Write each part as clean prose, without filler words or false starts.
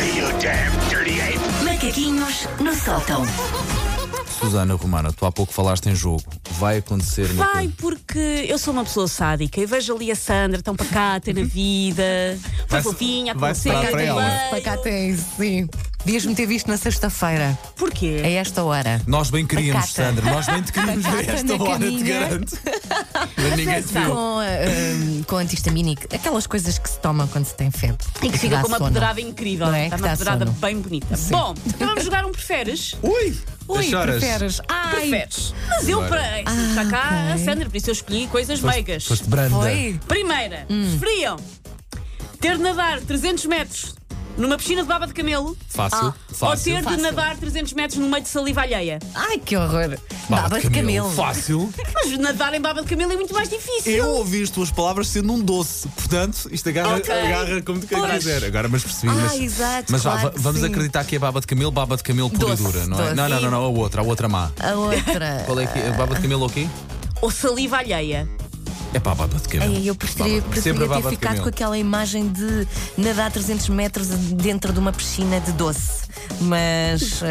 you damn dirty ape! Macaquinhos no sótão. Susana Romana, tu há pouco falaste em jogo. Vai acontecer uma Vai, coisa. porque eu sou uma pessoa sádica e vejo ali a Sandra tão pacata na vida, foi fofinha, vai-se aconselha, dar para ela. bem. Para cá tem, sim. Devias-me ter visto na sexta-feira, Porquê? a esta hora. Nós bem queríamos, Pacata. Sandra. Nós bem te queríamos ver Pacata esta na hora, te caminha. garanto. Mas ninguém te viu. Com antihistamínico, aquelas coisas que se tomam quando se tem febre. E que fica dá com uma sono. pedrada incrível. Não é? Está Que uma dá pedrada sono. bem bonita. Bom, então vamos jogar um preferes? Ui! Ui, choras. preferes? Ai, Preferes. Mas eu, para. Está cá ok. a Sandra, por isso eu escolhi coisas meigas. Foste branda. foi? Primeira, preferiam ter de nadar 300 metros numa piscina de baba de camelo Fácil. ou Fácil. ter de Fácil. nadar 300 metros no meio de saliva alheia? Ai, que horror. Baba de camelo. Fácil. Mas nadar em baba de camelo é muito mais difícil. Eu ouvi as tuas palavras sendo um doce. Portanto, isto agarra, Ok. agarra como tu queres Pois. dizer. Agora, mas percebi. Ah, mas exato, mas vá, claro que vamos sim. acreditar que é baba de camelo pura Doce, e dura, não é? doce. Não, a outra má. A outra. Qual é que é? Baba de camelo ou quê? Ou saliva alheia? É pá, baba de camelo. Ei, eu preferia Sempre a baba ter de ficado camelo. com aquela imagem de nadar 300 metros dentro de uma piscina de doce. Mas.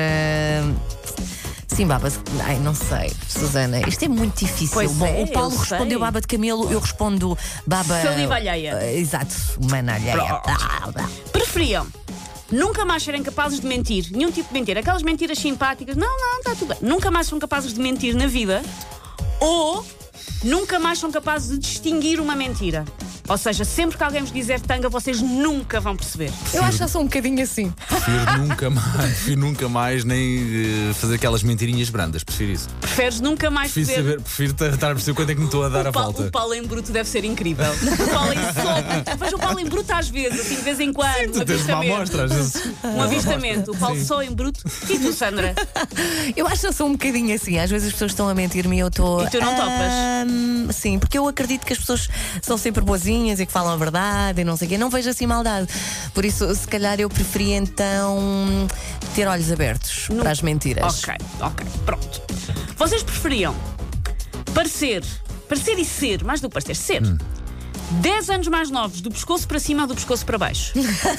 Sim, baba. Ai, não sei, Susana. Isto é muito difícil. Pois Bom, é, o Paulo eu respondeu sei. baba de camelo, eu respondo baba. Saliva alheia. Exato, humana alheia. Pronto. Preferiam nunca mais serem capazes de mentir, nenhum tipo de mentira, aquelas mentiras simpáticas, não, está tudo bem. Nunca mais são capazes de mentir na vida, ou nunca mais são capazes de distinguir uma mentira. Ou seja, sempre que alguém vos dizer tanga, vocês nunca vão perceber. Eu acho que já sou um bocadinho assim. Prefiro nunca mais nem fazer aquelas mentirinhas brandas. Prefiro isso. Preferes nunca mais Prefiro estar a perceber quanto é que me estou a dar a volta. O Paulo em bruto deve ser incrível. O Paulo em só. Veja o Paulo em bruto às vezes, assim, de vez em quando. Tu tens uma amostra às vezes. Um avistamento. O Paulo só em bruto. E tu, Sandra? Eu acho que eu sou um bocadinho assim. Às vezes as pessoas estão a mentir-me e eu estou. E tu não topas? Sim, porque eu acredito que as pessoas são sempre boazinhas e que falam a verdade e não sei o quê. Não vejo assim maldade. Por isso, se calhar eu preferia então ter olhos abertos para as mentiras. Ok, pronto. Vocês preferiam parecer e ser, mais do que parecer, ser 10 anos mais novos do pescoço para cima ou do pescoço para baixo?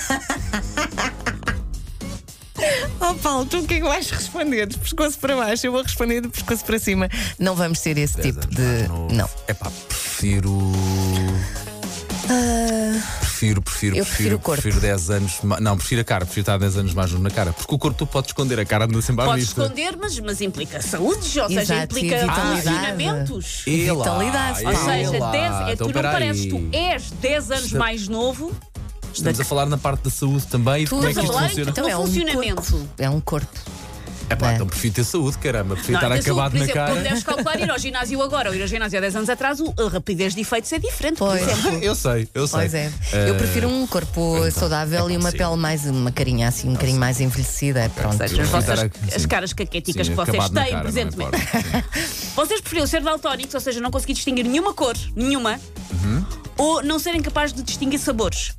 Oh Paulo, tu o que é que vais responder? De pescoço para baixo, eu vou responder de pescoço para cima. Não vamos ter esse tipo de. Não. É pá, prefiro. Eu prefiro o corpo. Prefiro 10 anos. Não, prefiro a cara. Prefiro estar 10 anos mais novo na cara. Porque o corpo tu podes esconder, a cara anda sempre à Podes vista. esconder, mas implica saúde, ou seja, Exato, implica e vitalidade. relacionamentos. E lá, Vitalidade. e Ou seja, lá. 10, Então, tu não peraí. pareces, tu és 10 anos mais novo. Estamos a falar na parte da saúde também. Tu Como é que isto falar em funciona? No funcionamento. Corpo. É um corpo. É pá, Não. então prefiro ter saúde, caramba. Prefiro estar tem saúde. acabado Por na exemplo, cara. quando deves calcular ir ao ginásio agora ou ir ao ginásio há 10 anos atrás, a rapidez de efeitos é diferente, por Pois. exemplo. Eu sei. Pois é. Eu prefiro um corpo saudável e uma sim. pele mais. Uma carinha assim, um bocadinho mais envelhecida. Pronto. Ou seja, Eu vou as estar as caras caquéticas Sim, que vocês acabado na têm cara, não presentemente. importa. Vocês preferiam ser daltónicos, ou seja, não conseguir distinguir nenhuma cor, nenhuma, ou não serem capazes de distinguir sabores?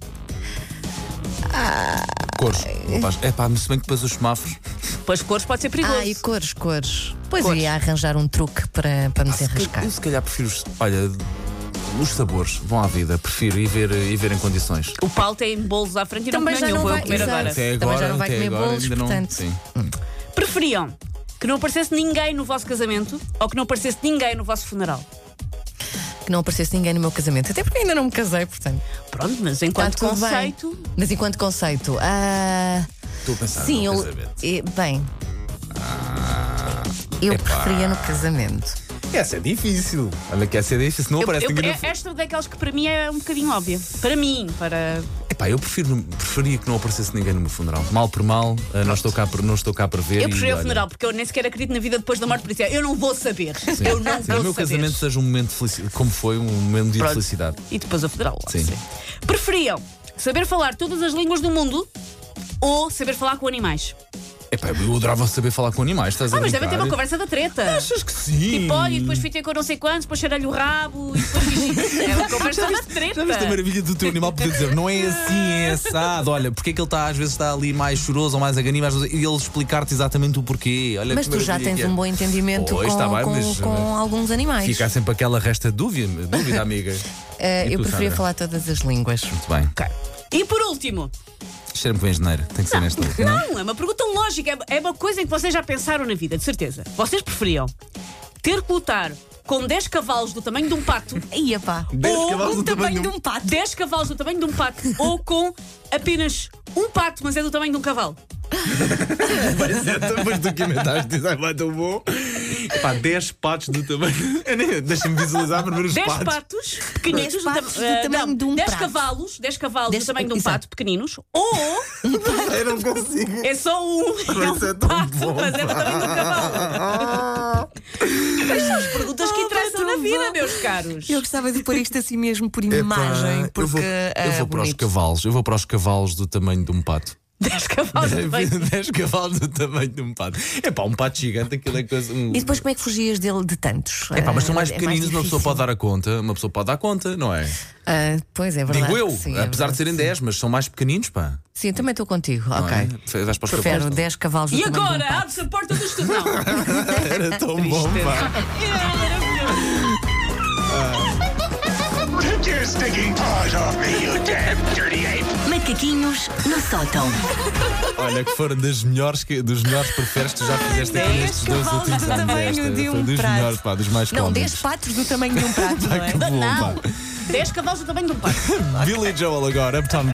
Cores. É pá, se bem que depois os semáforos. Pois cores pode ser perigoso. E cores. Pois Cores. ia arranjar um truque para me desenrascar. Eu se calhar prefiro os sabores. Vão à vida. Prefiro ir ver em condições. O Paulo tem bolos à frente e Também não já comeu não nenhum, vou vai- eu comer exato. agora. Até Também já agora, não vai até comer agora bolos, ainda não. portanto. Sim. Preferiam que não aparecesse ninguém no vosso casamento ou que não aparecesse ninguém no vosso funeral? Que não aparecesse ninguém no meu casamento. Até porque ainda não me casei, portanto. Pronto, mas enquanto Está tudo bem. conceito. Mas enquanto conceito. Estou a pensar Sim, no eu. casamento. Bem. Eu epá. preferia no casamento. Essa é difícil. Olha que essa é difícil. Não aparece ninguém. Esta daquelas que para mim é um bocadinho óbvia. Para mim, para. Epá, eu preferia que não aparecesse ninguém no meu funeral. Mal por mal, não estou cá para ver. Eu preferi e, o funeral, porque eu nem sequer acredito na vida depois da morte, por isso eu não vou saber. Eu não Sim, vou o meu saber. casamento seja um momento de felicidade, como foi um momento de Pronto. felicidade. E depois o funeral. Sim. Preferiam saber falar todas as línguas do mundo ou saber falar com animais? Epá, eu adorava saber falar com animais. Estás a Mas devem ter brincar? uma conversa da treta. Achas que sim? Tipo, olha, e depois fiquei com não sei quantos, depois cheirei-lhe o rabo e depois fiz. É uma conversa da treta. Já viste a maravilha do teu animal poder dizer não é assim, é assado. Olha, porque é que ele está, às vezes está ali mais choroso ou mais aganido e ele explicar-te exatamente o porquê. Olha, Mas que tu já maravilha tens que é. um bom entendimento Pois, está bem, mas, com alguns animais. Fica sempre aquela resta de dúvida, amiga. E Eu tu, preferia Sandra? falar todas as línguas. Muito bem. Ok. E por último, Cheira-me que vem janeiro. Tem que ser nesta. Não, é uma pergunta lógica. É uma coisa em que vocês já pensaram na vida, de certeza. Vocês preferiam ter que lutar com 10 cavalos do tamanho de um pato, Ia pá. 10 cavalos O do tamanho de um pato. 10 cavalos do tamanho de um pato, ou com apenas um pato, mas é do tamanho de um cavalo? Vai ser depois do que inventaste, diz, vai tão bom. Epá, 10 patos do tamanho. Deixa-me vizilizar primeiro os 10 patos. patos pequeninos 10 patos do tamanho de um 10 prato. cavalos, 10 cavalos Dez- do tamanho de um exato. pato pequeninos, ou Eu não consigo. é só um, Mas é tão pato, bom, mas é do tamanho de um cavalo. Estas são as perguntas que interessam na tão vida, bom. meus caros. Eu gostava de pôr isto assim mesmo por imagem, Epá, porque eu vou para os bonito. cavalos. Eu vou para os cavalos do tamanho de um pato. 10 cavalos do tamanho. 10 cavalos do tamanho de um pato. É pá, um pato gigante, aquilo é coisa. E depois como é que fugias dele de tantos? É pá, mas são mais É pequeninos, uma pessoa difícil. pode dar a conta. Uma pessoa pode dar conta, não é? Pois é verdade. Digo eu, Sim, é apesar de verdade, serem sim. 10, mas são mais pequeninos, pá. Sim, também estou contigo. Não Ok. é? Vais para os Prefiro cavalos. 10 cavalos do E tamanho de um agora, pato. abre-se a porta do estúdio. Não. Era tão bom, pá. Take your stinking paws off me, you damn dirty ape! Macaquinhos no sótão. Olha, que foram dos melhores preferes que tu já fizeste aqui 10 nestes 2 cavalos últimos do anos. tamanho Esta de um foi dos prato. melhores, pá, dos mais Não, 10 cómicos. patos do tamanho de um prato, não é? Que bom, Não. pá. 10 cavalos do tamanho de um pato. Billy Joel agora, Uptown